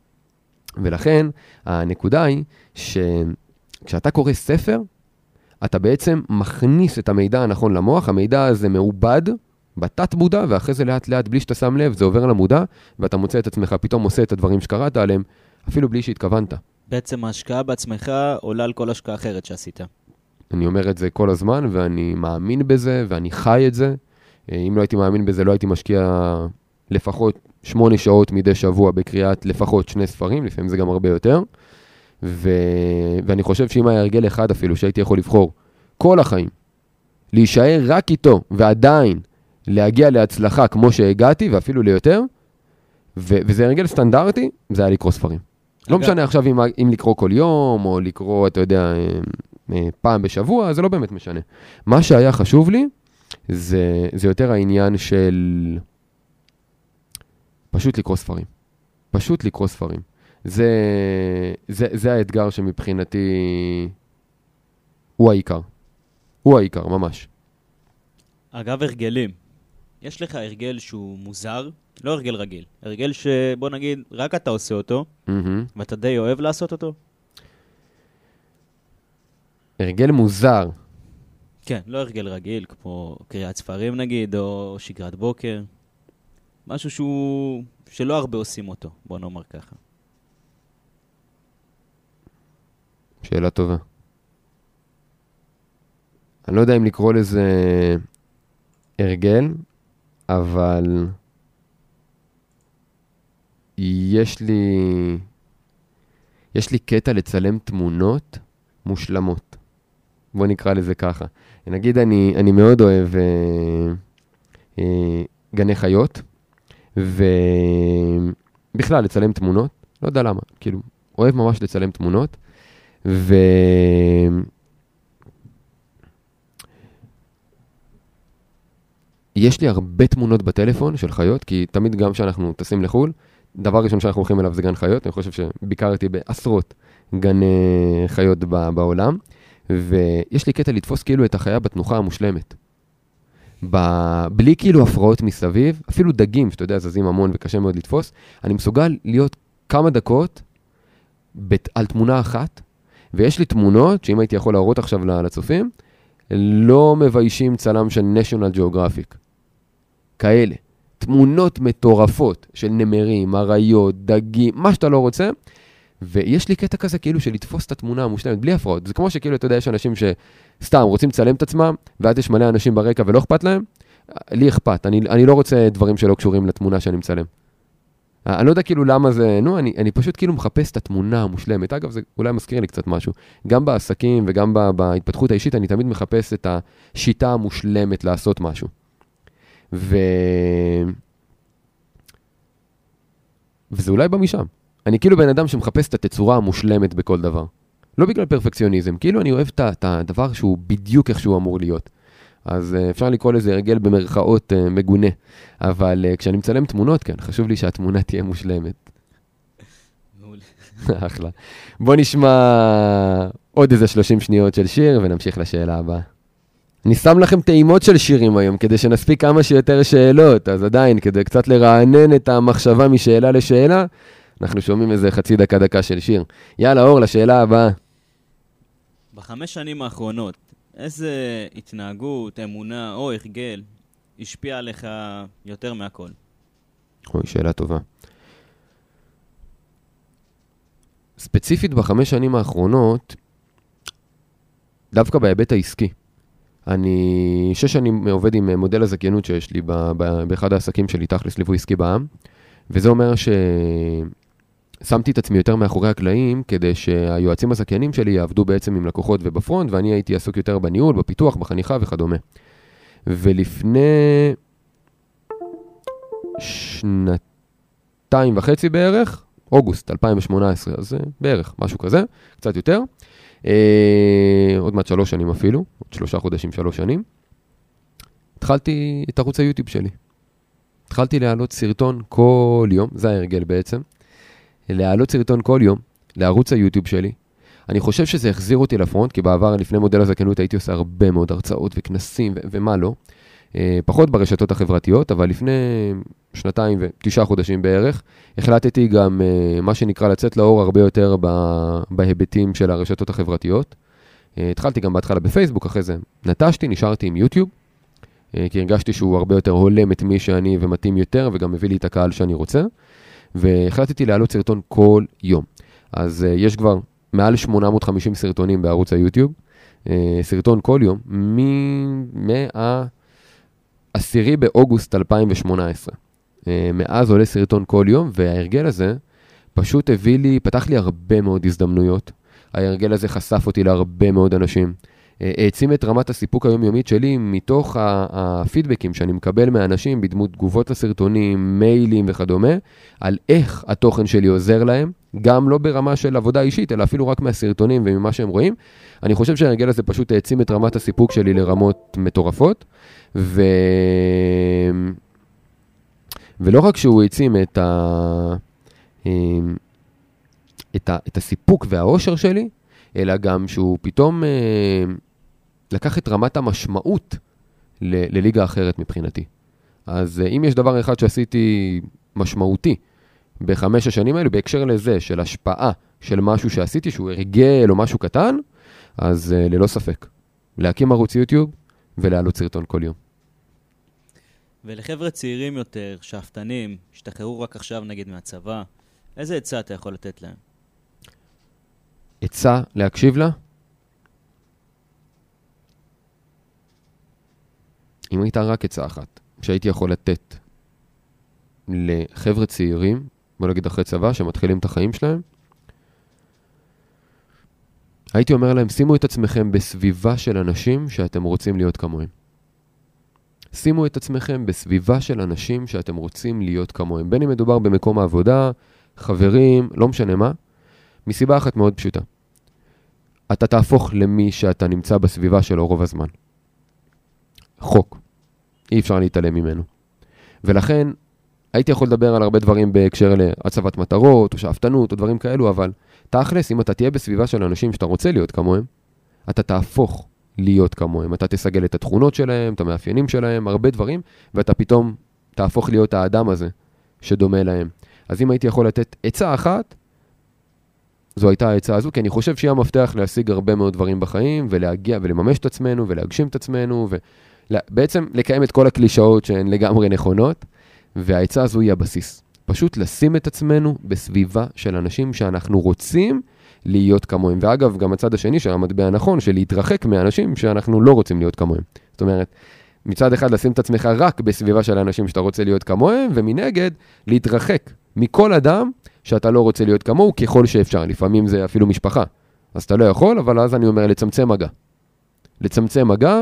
ולכן הנקודה היא שכשאתה קורא ספר, אתה בעצם מכניס את המידע הנכון למוח, המידע הזה מעובד בתת מודע, ואחרי זה לאט לאט בלי שאתה שם לב, זה עובר למודע, ואתה מוצא את עצמך, פתאום עושה את הדברים שקראת עליהם, אפילו בלי שהתכוונת. בעצם ההשקעה בעצמך עולה על כל השקעה אחרת שעשית. אני אומר את זה כל הזמן, ואני מאמין בזה, ואני חי את זה. אם לא הייתי מאמין בזה, לא הייתי משקיע לפחות 8 שעות מדי שבוע בקריאת לפחות 2 ספרים, לפעמים זה גם הרבה יותר. ואני חושב שאם היה הרגל אחד אפילו, שהייתי יכול לבחור כל החיים, להישאר רק איתו, ועדיין להגיע להצלחה כמו שהגעתי, ואפילו ליותר, וזה הרגל סטנדרטי, זה היה לקרוא ספרים. לא משנה עכשיו אם לקרוא כל יום, או לקרוא, אתה יודע, פעם בשבוע, זה לא באמת משנה. מה שהיה חשוב לי, זה יותר העניין של פשוט לקרוא ספרים. פשוט לקרוא ספרים. זה האתגר שמבחינתי הוא העיקר. הוא העיקר, ממש. אגב, הרגלים. יש לך הרגל שהוא מוזר, לא הרגל רגיל. הרגל שבוא נגיד, רק אתה עושה אותו, ואתה די אוהב לעשות אותו? הרגל מוזר. כן, לא הרגל רגיל, כמו קריאת ספרים נגיד, או שגרת בוקר. משהו שלא הרבה עושים אותו, בוא נאמר ככה. שאלה טובה. אני לא יודע אם לקרוא לזה הרגל, אבל יש לי קטע לצלם תמונות מושלמות. בוא נקרא לזה ככה. נגיד, אני מאוד אוהב גני חיות, ובכלל לצלם תמונות, לא יודע למה, כאילו, אוהב ממש לצלם תמונות, יש לי הרבה תמונות בטלפון של חיות, כי תמיד גם כשאנחנו טסים לחול, דבר ראשון שאנחנו הולכים אליו זה גן חיות, אני חושב שביקרתי בעשרות גני חיות בעולם, ויש לי קטע לתפוס כאילו את החיה בתנוחה המושלמת. בלי כאילו הפרעות מסביב, אפילו דגים, שאתה יודע, זזים המון וקשה מאוד לתפוס, אני מסוגל להיות כמה דקות על תמונה אחת, ויש לי תמונות, שאם הייתי יכול להראות עכשיו לצופים, לא מביישים צלם של National Geographic. כאלה. תמונות מטורפות של נמרים, אריות, דגים, מה שאתה לא רוצה, ויש לי קטע כזה כאילו של לתפוס את התמונה המושלמת, בלי הפרעות. זה כמו שכאילו, אתה יודע, יש אנשים שסתם רוצים לצלם את עצמם, ואז יש מלא אנשים ברקע ולא אכפת להם. לי אכפת, אני לא רוצה דברים שלא קשורים לתמונה שאני מצלם. אני לא יודע כאילו למה זה, אני פשוט כאילו מחפש את התמונה המושלמת. אגב, זה אולי מזכיר לי קצת משהו. גם בעסקים וגם בהתפתחות האישית, אני תמיד מחפש את השיטה המושלמת לעשות משהו. וזה אולי בא משם. אני כאילו בן אדם שמחפש את התצורה המושלמת בכל דבר. לא בגלל פרפקציוניזם, כאילו אני אוהב את הדבר שהוא בדיוק איך שהוא אמור להיות. אז אפשר לקרוא לזה הרגל במרכאות מגונה. אבל כשאני מצלם תמונות, כן, חשוב לי שהתמונה תהיה מושלמת. מעולה. אחלה. בוא נשמע עוד איזה 30 שניות של שיר, ונמשיך לשאלה הבאה. אני שם לכם טעימות של שירים היום, כדי שנספיק כמה שיותר שאלות, אז עדיין, כדי קצת לרענן את המחשבה משאלה לשאלה, אנחנו שומעים איזה חצי דקה של שיר. יאללה, אור, לשאלה הבאה. 5 שנים האחרונות, איזה התנהגות, אמונה או הרגל השפיע עליך יותר מהכל? אוי, שאלה טובה. ספציפית 5 שנים האחרונות, דווקא בהיבט העסקי. אני 6 שנים עובד עם מודל הזכיינות שיש לי באחד העסקים שלי, תכלס ליווי עסקי בעם, וזה אומר ששמתי את עצמי יותר מאחורי הקלעים, כדי שהיועצים הזכיינים שלי יעבדו בעצם עם לקוחות ובפרונט, ואני הייתי עסוק יותר בניהול, בפיתוח, בחניכה וכדומה. ולפני 2.5 בערך, אוגוסט 2018, אז בערך, משהו כזה, קצת יותר, עוד מעט 3 שנים אפילו, עוד 3 חודשים, 3 שנים, התחלתי את ערוץ היוטיוב שלי. התחלתי להעלות סרטון כל יום, זה ההרגל בעצם, להעלות סרטון כל יום לערוץ היוטיוב שלי. אני חושב שזה החזיר אותי לפרונט, כי בעבר לפני מודל הזכיינות הייתי עושה הרבה מאוד הרצאות וכנסים ומה לא. פחות ברשתות החברתיות, אבל לפני 2 ו9 חודשים בערך, החלטתי גם מה שנקרא לצאת לאור הרבה יותר בהיבטים של הרשתות החברתיות. התחלתי גם בהתחלה בפייסבוק, אחרי זה נטשתי, נשארתי עם יוטיוב, כי הרגשתי שהוא הרבה יותר הולם את מי שאני ומתאים יותר, וגם מביא לי את הקהל שאני רוצה, והחלטתי להעלות סרטון כל יום. אז יש כבר מעל 850 סרטונים בערוץ היוטיוב, סרטון כל יום, מ-10 באוגוסט 2018. מאז עולה סרטון כל יום, וההרגל הזה פשוט פתח לי הרבה מאוד הזדמנויות. ההרגל הזה חשף אותי להרבה מאוד אנשים. העצים את רמת הסיפוק היומיומית שלי מתוך הפידבקים שאני מקבל מאנשים בדמות תגובות לסרטונים, מיילים וכדומה, על איך התוכן שלי עוזר להם גם לא ברמה של עבודה אישית, אלא אפילו רק מהסרטונים וממה שהם רואים. אני חושב שההרגל הזה פשוט העצים את רמת הסיפוק שלי לרמות מטורפות, ולא רק שהוא העצים את הסיפוק והאושר שלי, אלא גם שהוא פתאום לקח את רמת המשמעות לליגה אחרת מבחינתי. אז אם יש דבר אחד שעשיתי משמעותי ב5 השנים האלו, בהקשר לזה של השפעה של משהו שעשיתי, שהוא הרגל או משהו קטן, אז ללא ספק, להקים ערוץ יוטיוב ולהעלות סרטון כל יום. ולחבר'ה צעירים יותר, שאפתנים, השתחררו רק עכשיו נגיד מהצבא, איזה עצה אתה יכול לתת להם? עצה להקשיב לה? אם הייתה רק עצה אחת, שהייתי יכול לתת לחבר'ה צעירים, בוא נגיד אחרי צבא, שמתחילים את החיים שלהם, הייתי אומר להם, שימו את עצמכם בסביבה של אנשים שאתם רוצים להיות כמוהם. שימו את עצמכם בסביבה של אנשים שאתם רוצים להיות כמוהם. בין אם מדובר במקום העבודה, חברים, לא משנה מה, מסיבה אחת מאוד פשוטה. אתה תהפוך למי שאתה נמצא בסביבה שלו רוב הזמן. חוק. אי אפשר להתעלם ממנו. ולכן, הייתי יכול לדבר על הרבה דברים בהקשר להצבת מטרות, או שאפתנות, או דברים כאלו, אבל תכלס, אם אתה תהיה בסביבה של אנשים שאתה רוצה להיות כמוהם, אתה תהפוך להיות כמוהם. אתה תסגל את התכונות שלהם, את המאפיינים שלהם, הרבה דברים, ואתה פתאום תהפוך להיות האדם הזה שדומה להם. אז אם הייתי יכול לתת עצה אחת, זו הייתה העצה הזו, כי אני חושב שהיא המפתח להשיג הרבה מאוד דברים בחיים, ולהגיע ולממש את עצמנו, ולהגשים את עצמנו, ובעצם לקיים את כל הקלישאות שהן לגמרי נכונות, והעצה הזו היא הבסיס. פשוט לשים את עצמנו בסביבה של אנשים שאנחנו רוצים להיות כמוהם. ואגב, גם הצד השני של המטבע הנכון, של להתרחק מאנשים שאנחנו לא רוצים להיות כמוהם. זאת אומרת, מצד אחד לשים את עצמך רק בסביבה של אנשים שאתה רוצה להיות כמוהם, ומנגד להתרחק מכל אדם שאתה לא רוצה להיות כמוהו ככל שאפשר. לפעמים זה אפילו משפחה. אז אתה לא יכול, אבל אז אני אומר לצמצם מגע. לצמצם מגע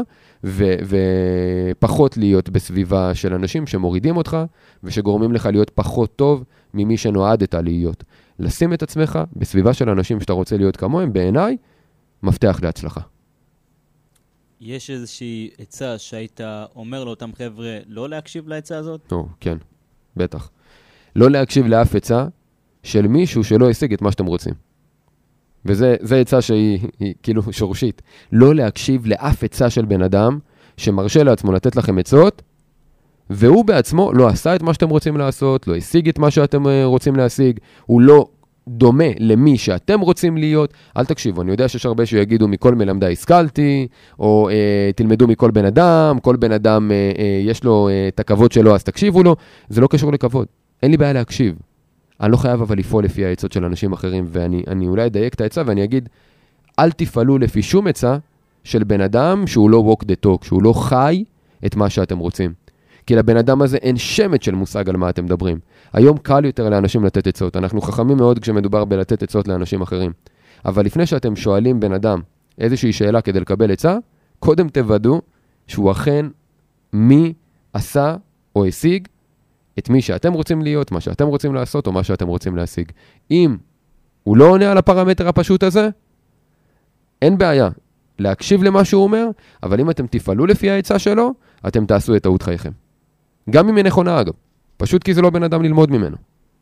ופחות להיות בסביבה של אנשים שמורידים אותך ושגורמים לך להיות פחות טוב ממי שנועדת להיות. לשים את עצמך בסביבה של אנשים שאתה רוצה להיות כמוהם, בעיניי, מפתח להצלחה. יש איזושהי עצה שהיית אומר לאותם חבר'ה לא להקשיב לעצה הזאת? כן, בטח. לא להקשיב לאף עצה של מישהו שלא השיג את מה שאתם רוצים. וזה עצה שהיא כאילו שורשית. לא להקשיב לאף עצה של בן אדם שמרשה לעצמו לתת לכם עצות, והוא בעצמו לא עשה את מה שאתם רוצים לעשות, לא השיג את מה שאתם רוצים להשיג, הוא לא דומה למי שאתם רוצים להיות. אל תקשיבו, אני יודע שיש הרבה שיגידו מכל מלמדה השכלתי, או תלמדו מכל בן אדם, כל בן אדם יש לו את הכבוד שלו, אז תקשיבו לו. זה לא קשור לכבוד. אין לי בעיה להקשיב. אני לא חייב אבל לפעול לפי העצות של אנשים אחרים, ואני אולי אדייק את העצה ואני אגיד, אל תפעלו לפי שום עצה של בן אדם שהוא לא walk the talk, שהוא לא חי את מה שאתם רוצים. כי לבן אדם הזה אין שמץ של מושג על מה אתם מדברים. היום קל יותר לאנשים לתת עצות. אנחנו חכמים מאוד כשמדובר בלתת עצות לאנשים אחרים. אבל לפני שאתם שואלים בן אדם איזושהי שאלה כדי לקבל עצה, קודם תוודאו שהוא אכן מי עשה או השיג את מי שאתם רוצים להיות, מה שאתם רוצים לעשות או מה שאתם רוצים להשיג. אם הוא לא עונה על הפרמטר הפשוט הזה, אין בעיה להקשיב למה שהוא אומר, אבל אם אתם תפעלו לפי העצה שלו, אתם תעשו את טעות חייכם. גם אם היא נכונה אגב, פשוט כי זה לא בן אדם ללמוד ממנו.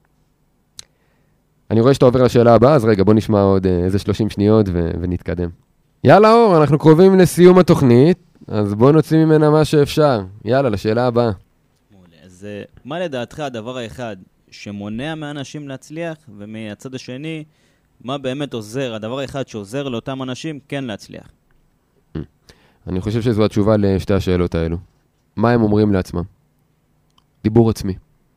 אני רואה שאתה עובר לשאלה הבאה, אז רגע בוא נשמע עוד איזה 30 שניות ונתקדם. יאללה אור, אנחנו קרובים לסיום התוכנית, אז בוא נוציא ממנה מה שאפשר. יאללה, לשאלה הבאה. אז מה לדעתך הדבר האחד שמונע מאנשים להצליח, ומהצד השני, מה באמת עוזר, הדבר האחד שעוזר לאותם אנשים כן להצליח? אני חושב שזו התשובה לשתי השאלות האלו. מה הם אומרים לעצמם? דיבור עצמי.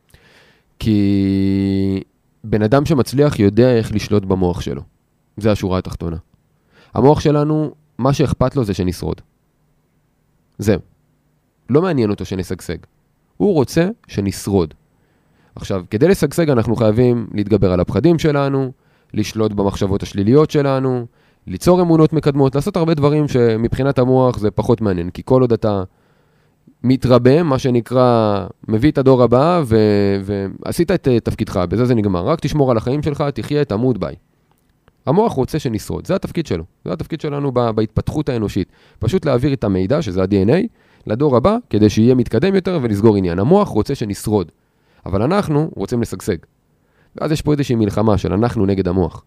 כי בן אדם שמצליח יודע איך לשלוט במוח שלו. זה השורה התחתונה. המוח שלנו, מה שאכפת לו זה שנשרוד. זהו. לא מעניין אותו שנשגשג. הוא רוצה שנשרוד. עכשיו, כדי לשגשג אנחנו חייבים להתגבר על הפחדים שלנו, לשלוט במחשבות השליליות שלנו, ליצור אמונות מקדמות, לעשות הרבה דברים שמבחינת המוח זה פחות מעניין, כי כל עוד אתה מתרבה, מה שנקרא, מביא את הדור הבא, ועשית את תפקידך, בזה זה נגמר. רק תשמור על החיים שלך, תחיה, תמות, ביי. המוח רוצה שנשרוד, זה התפקיד שלו. זה התפקיד שלנו בהתפתחות האנושית. פשוט להעביר את המידע, שזה ה-DNA, לדור הבא, כדי שיהיה מתקדם יותר ולסגור עניין. המוח רוצה שנשרוד, אבל אנחנו רוצים לשגשג. ואז יש פה איזושהי מלחמה של אנחנו נגד המוח.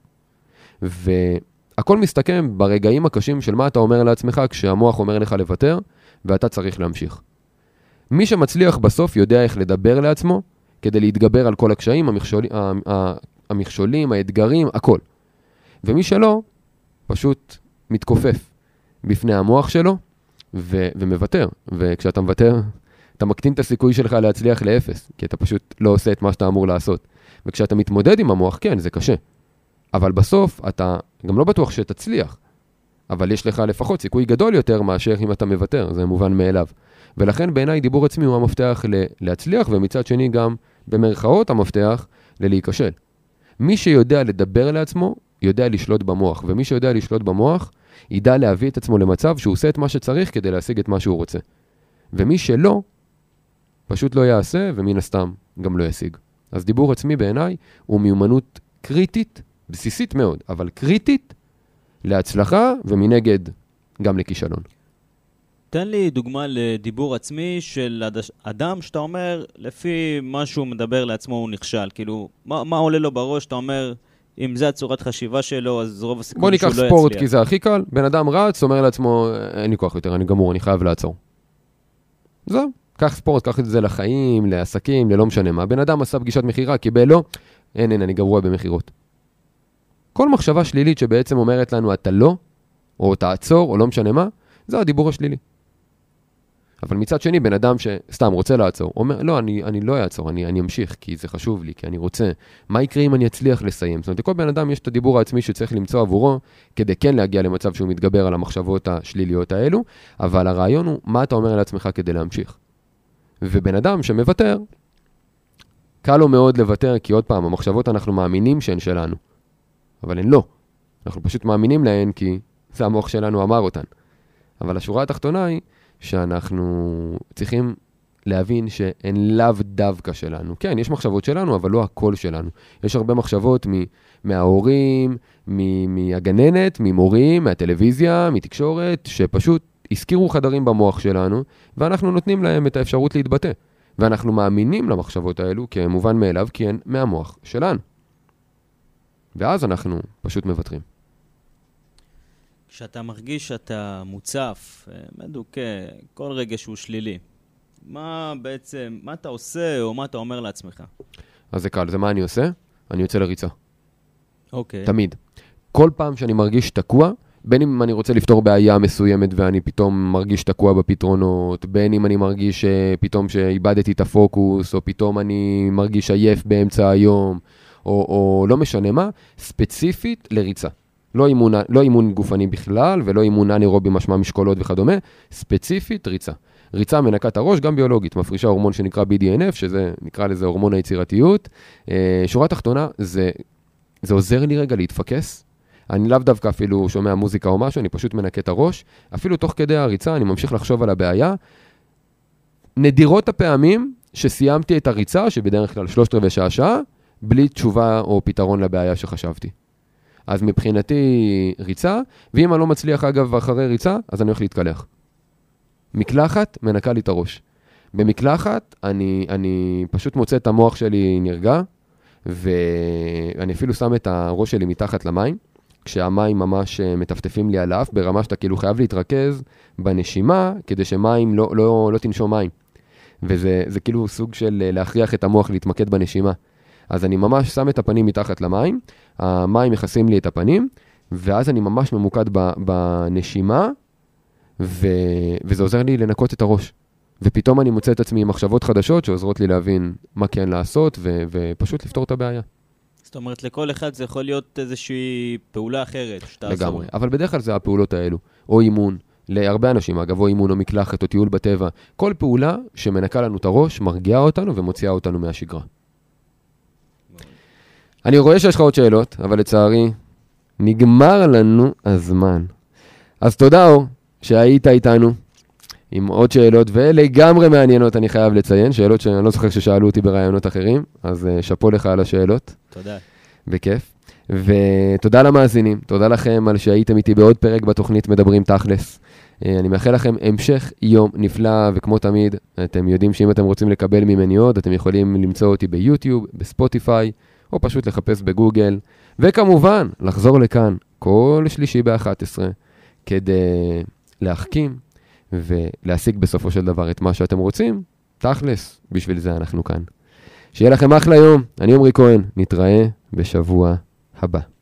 והכל מסתכם ברגעים הקשים של מה אתה אומר לעצמך כשהמוח אומר לך לוותר, ואתה צריך להמשיך. מי שמצליח בסוף יודע איך לדבר לעצמו, כדי להתגבר על כל הקשיים, המכשולים, האתגרים, הכל. ומי שלא, פשוט מתכופף בפני המוח שלו, ומוותר. וכשאתה מוותר, אתה מקטין את הסיכוי שלך להצליח לאפס, כי אתה פשוט לא עושה את מה שאתה אמור לעשות. וכשאתה מתמודד עם המוח, כן, זה קשה. אבל בסוף אתה גם לא בטוח שתצליח. אבל יש לך לפחות סיכוי גדול יותר מאשר אם אתה מוותר, זה מובן מאליו. ולכן בעיניי דיבור עצמי הוא המפתח להצליח, ומצד שני גם במרכאות המפתח ללהיכשל. מי שיודע לדבר לעצמו, יודע לשלוט במוח, ומי שיודע לשלוט במוח, ידע להביא את עצמו למצב שהוא עושה את מה שצריך כדי להשיג את מה שהוא רוצה. ומי שלא, פשוט לא יעשה, ומן הסתם גם לא ישיג. אז דיבור עצמי בעיניי הוא מיומנות קריטית, בסיסית מאוד, אבל קריטית להצלחה, ומנגד גם לכישלון. תן לי דוגמה לדיבור עצמי של אדם שאתה אומר, לפי מה שהוא מדבר לעצמו הוא נכשל. כאילו, מה עולה לו בראש? אתה אומר, אם זה הצורת חשיבה שלו, אז רוב הסיכוי שהוא לא יצליח. בוא ניקח ספורט, כי זה הכי קל. בן אדם רץ, אומר לעצמו, אין לי כוח יותר, אני גמור, אני חייב לעצור. זהו, קח ספורט, קח את זה לחיים, לעסקים, ללא משנה מה. בן אדם עשה פגישת מחירה, קיבל לו, אין, אני גרוע במחירות. כל מחשבה שלילית שבעצם אומרת לנו, אתה לא, או תעצור, או לא משנה מה, זה הדיבור השלילי. אבל מצד שני, בן אדם שסתם רוצה לעצור, אומר, לא, אני לא אעצור, אני אמשיך, כי זה חשוב לי, כי אני רוצה. מה יקרה אם אני אצליח לסיים? זאת אומרת, לכל בן אדם יש את הדיבור העצמי שצריך למצוא עבורו, כדי כן להגיע למצב שהוא מתגבר על המחשבות השליליות האלו, אבל הרעיון הוא, מה אתה אומר לעצמך כדי להמשיך? ובן אדם שמוותר, קל לו מאוד לוותר, כי עוד פעם, המחשבות אנחנו מאמינים שהן שלנו, אבל הן לא. אנחנו פשוט מאמינים להן, כי זה המוח שלנו אמר אותן. אבל השורה התחתונה היא, שאנחנו צריכים להבין שהן לאו דווקא שלנו. כן, יש מחשבות שלנו, אבל לא הכל שלנו. יש הרבה מחשבות מההורים, מהגננת, ממורים, מהטלוויזיה, מתקשורת, שפשוט הזכירו חדרים במוח שלנו, ואנחנו נותנים להם את האפשרות להתבטא. ואנחנו מאמינים למחשבות האלו כמובן מאליו, כי הן מהמוח שלנו. ואז אנחנו פשוט מוותרים. כשאתה מרגיש שאתה מוצף, מדוכא, כל רגע שהוא שלילי, מה אתה עושה או מה אתה אומר לעצמך? אז זה קל, זה מה אני עושה? אני יוצא לריצה. אוקיי. תמיד. כל פעם שאני מרגיש תקוע, בין אם אני רוצה לפתור בעיה מסוימת ואני פתאום מרגיש תקוע בפתרונות, בין אם אני מרגיש פתאום שאיבדתי את הפוקוס, או פתאום אני מרגיש עייף באמצע היום, או לא משנה מה, ספציפית לריצה. לא אימון גופני בכלל, ולא אימון אנאירובי משמע משקולות וכדומה, ספציפית ריצה. ריצה מנקת הראש, גם ביולוגית, מפרישה הורמון שנקרא BDNF, שזה נקרא לזה הורמון היצירתיות. שורה תחתונה, זה עוזר לי רגע להתפקס. אני לאו דווקא אפילו שומע מוזיקה או משהו, אני פשוט מנקה את הראש. אפילו תוך כדי הריצה, אני ממשיך לחשוב על הבעיה. נדירות הפעמים שסיימתי את הריצה, שבדרך כלל 3/4 שעה, בלי תשובה או פתרון לבעיה שחשבתי. אז מבחינתי ריצה, ואם אני לא מצליח אגב אחרי ריצה, אז אני הולך להתקלח. מקלחת מנקה לי את הראש. במקלחת אני פשוט מוצא את המוח שלי נרגע, ואני אפילו שם את הראש שלי מתחת למים, כשהמים ממש מטפטפים לי על האף, ברמה שאתה כאילו חייב להתרכז בנשימה, כדי שמים לא תנשום מים. וזה כאילו סוג של להכריח את המוח להתמקד בנשימה. אז אני ממש שם את הפנים מתחת למים, המים מכסים לי את הפנים, ואז אני ממש ממוקד בנשימה, וזה עוזר לי לנקות את הראש. ופתאום אני מוצא את עצמי עם מחשבות חדשות שעוזרות לי להבין מה כן לעשות, ופשוט לפתור את הבעיה. זאת אומרת, לכל אחד זה יכול להיות איזושהי פעולה אחרת שתעזור. לגמרי, אבל בדרך כלל זה הפעולות האלו, או אימון, להרבה אנשים, אגב, או אימון או מקלחת או טיול בטבע, כל פעולה שמנקה לנו את הראש, מרגיעה אותנו ומוציאה אותנו מהשגרה. אני רואה שיש לך עוד שאלות, אבל לצערי, נגמר לנו הזמן. אז תודה אור שהיית איתנו. עם עוד שאלות, ולגמרי מעניינות, אני חייב לציין, שאלות שאני לא זוכר ששאלו אותי ברעיונות אחרים, אז שפו לך על השאלות. תודה. בכיף. ותודה למאזינים, תודה לכם על שהייתם איתי בעוד פרק בתוכנית מדברים תכלס. אני מאחל לכם המשך יום נפלא, וכמו תמיד, אתם יודעים שאם אתם רוצים לקבל ממני עוד, אתם יכולים למצוא אותי ביוטיוב, בספוטיפיי, או פשוט לחפש בגוגל, וכמובן, לחזור לכאן כל שלישי ב-11, כדי להחכים ולהשיג בסופו של דבר את מה שאתם רוצים, תכלס, בשביל זה אנחנו כאן. שיהיה לכם אחלה יום, אני עומרי כהן, נתראה בשבוע הבא.